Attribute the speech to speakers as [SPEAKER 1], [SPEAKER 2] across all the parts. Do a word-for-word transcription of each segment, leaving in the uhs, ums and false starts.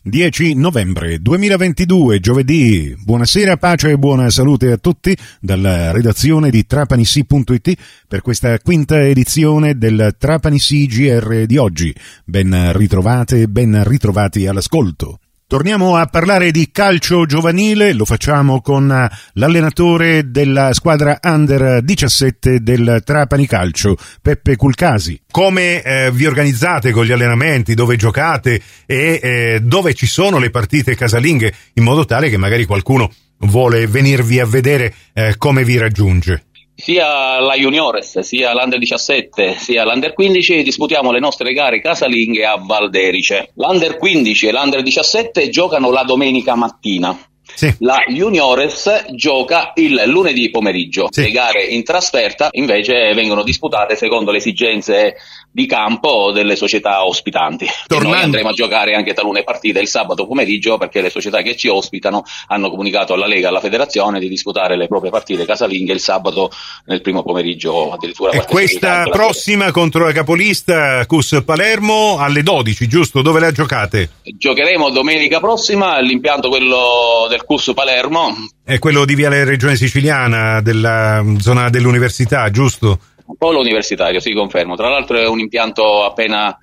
[SPEAKER 1] dieci novembre duemilaventidue, giovedì. Buonasera, pace e buona salute a tutti dalla redazione di Trapanissi punto it per questa quinta edizione del Trapanissi G R di oggi. Ben ritrovate e ben ritrovati all'ascolto. Torniamo a parlare di calcio giovanile, lo facciamo con l'allenatore della squadra under diciassette del Trapani Calcio, Peppe Culcasi. Come eh, vi organizzate con gli allenamenti, dove giocate e eh, dove ci sono le partite casalinghe, in modo tale che magari qualcuno vuole venirvi a vedere eh, come vi raggiunge?
[SPEAKER 2] Sia la Juniores, sia l'Under diciassette, sia l'Under quindici disputiamo le nostre gare casalinghe a Valderice. L'Under quindici e l'Under diciassette giocano la domenica mattina. Sì. La Juniores gioca il lunedì pomeriggio. Sì. Le gare in trasferta invece vengono disputate secondo le esigenze di campo delle società ospitanti. Tornando... E noi andremo a giocare anche talune partite il sabato pomeriggio, perché le società che ci ospitano hanno comunicato alla Lega e alla Federazione di disputare le proprie partite casalinghe il sabato nel primo pomeriggio, addirittura.
[SPEAKER 1] E questa prossima la... contro la capolista C U S Palermo alle dodici, giusto? Dove la giocate?
[SPEAKER 2] Giocheremo domenica prossima all'impianto quello del C U S Palermo.
[SPEAKER 1] È quello di Viale Regione Siciliana, della zona dell'università, giusto?
[SPEAKER 2] Polo universitario, sì, confermo. Tra l'altro è un impianto appena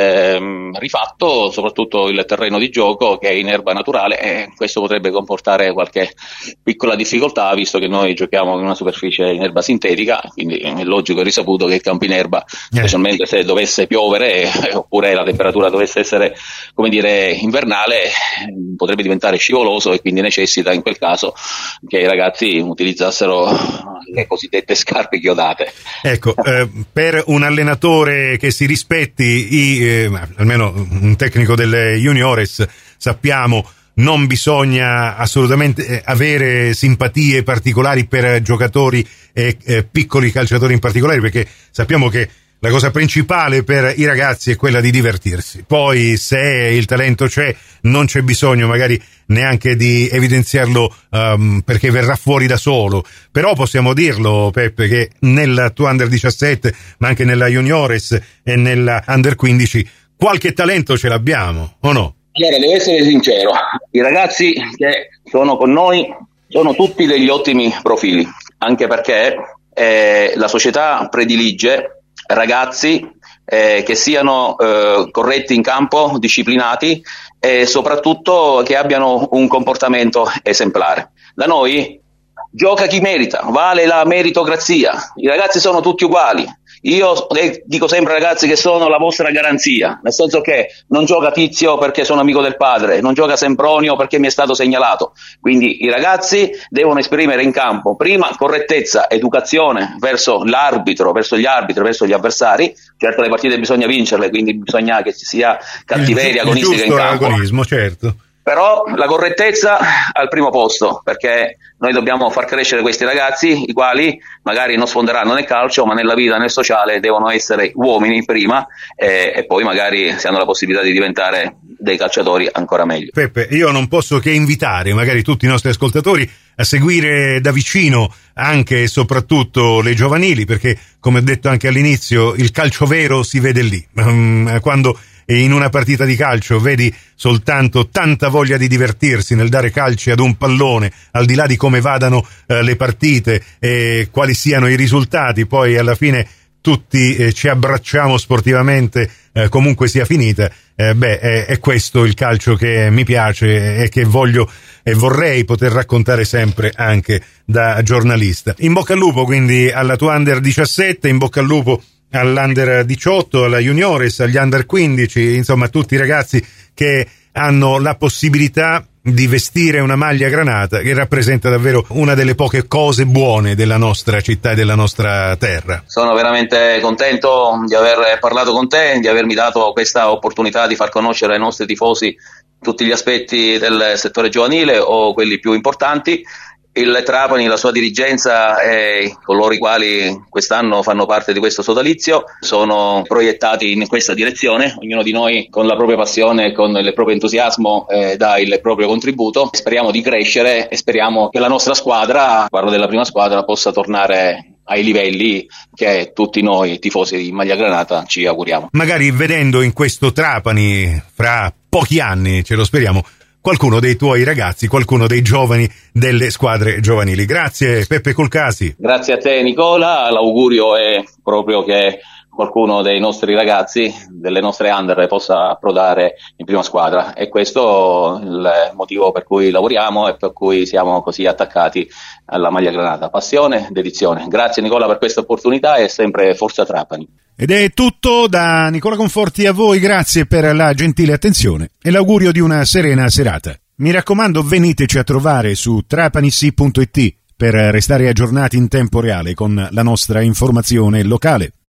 [SPEAKER 2] ehm, rifatto, soprattutto il terreno di gioco che è in erba naturale, e questo potrebbe comportare qualche piccola difficoltà, visto che noi giochiamo in una superficie in erba sintetica, quindi è logico e risaputo che il campo in erba, eh. specialmente se dovesse piovere eh, oppure la temperatura dovesse essere, come dire, invernale, eh, potrebbe diventare scivoloso, e quindi necessita in quel caso che i ragazzi utilizzassero le cosiddette scarpe chiodate.
[SPEAKER 1] Ecco, eh, per un allenatore che si rispetti, i, eh, almeno un tecnico delle Juniores, sappiamo, non bisogna assolutamente avere simpatie particolari per giocatori e eh, piccoli calciatori in particolare, perché sappiamo che la cosa principale per i ragazzi è quella di divertirsi. Poi, se il talento c'è, non c'è bisogno magari neanche di evidenziarlo um, perché verrà fuori da solo. Però possiamo dirlo, Peppe, che nella tua Under diciassette, ma anche nella Juniores e nella Under quindici, qualche talento ce l'abbiamo, o no?
[SPEAKER 2] Allora, devo essere sincero, i ragazzi che sono con noi sono tutti degli ottimi profili, anche perché eh, la società predilige ragazzi eh, che siano eh, corretti in campo, disciplinati e soprattutto che abbiano un comportamento esemplare. Da noi gioca chi merita, vale la meritocrazia, i ragazzi sono tutti uguali. Io eh, dico sempre ai ragazzi che sono la vostra garanzia, nel senso che non gioca Tizio perché sono amico del padre, non gioca Sempronio perché mi è stato segnalato. Quindi i ragazzi devono esprimere in campo prima correttezza, educazione verso l'arbitro, verso gli arbitri, verso gli avversari. Certo, le partite bisogna vincerle, quindi bisogna che ci sia cattiveria
[SPEAKER 1] il,
[SPEAKER 2] agonistica
[SPEAKER 1] il
[SPEAKER 2] in campo.
[SPEAKER 1] Agonismo, certo.
[SPEAKER 2] Però la correttezza al primo posto, perché noi dobbiamo far crescere questi ragazzi, i quali magari non sfonderanno nel calcio, ma nella vita, nel sociale, devono essere uomini prima e, e poi magari se hanno la possibilità di diventare dei calciatori ancora meglio.
[SPEAKER 1] Peppe, io non posso che invitare magari tutti i nostri ascoltatori a seguire da vicino anche e soprattutto le giovanili, perché come ho detto anche all'inizio, il calcio vero si vede lì, quando in una partita di calcio vedi soltanto tanta voglia di divertirsi nel dare calci ad un pallone, al di là di come vadano eh, le partite e quali siano i risultati, poi alla fine tutti eh, ci abbracciamo sportivamente, eh, comunque sia finita. Eh, beh, è, è questo il calcio che mi piace e che voglio e vorrei poter raccontare sempre anche da giornalista. In bocca al lupo quindi alla tua Under diciassette, in bocca al lupo all'Under diciotto, alla Juniores, agli Under quindici, insomma tutti i ragazzi che hanno la possibilità di vestire una maglia granata che rappresenta davvero una delle poche cose buone della nostra città e della nostra terra.
[SPEAKER 2] Sono veramente contento di aver parlato con te, di avermi dato questa opportunità di far conoscere ai nostri tifosi tutti gli aspetti del settore giovanile o quelli più importanti. Il Trapani, la sua dirigenza e coloro i quali quest'anno fanno parte di questo sodalizio sono proiettati in questa direzione, ognuno di noi con la propria passione e con il proprio entusiasmo eh, dà il proprio contributo. Speriamo di crescere e speriamo che la nostra squadra, parlo della prima squadra, possa tornare ai livelli che tutti noi tifosi di maglia granata ci auguriamo.
[SPEAKER 1] Magari vedendo in questo Trapani fra pochi anni, ce lo speriamo, qualcuno dei tuoi ragazzi, qualcuno dei giovani delle squadre giovanili. Grazie Peppe Colcasi.
[SPEAKER 2] Grazie a te Nicola, l'augurio è proprio che qualcuno dei nostri ragazzi, delle nostre under, possa approdare in prima squadra, e questo è il motivo per cui lavoriamo e per cui siamo così attaccati alla maglia granata. Passione, dedizione. Grazie Nicola per questa opportunità e sempre forza Trapani.
[SPEAKER 1] Ed è tutto da Nicola Conforti a voi, grazie per la gentile attenzione e l'augurio di una serena serata. Mi raccomando, veniteci a trovare su trapanissi punto it per restare aggiornati in tempo reale con la nostra informazione locale.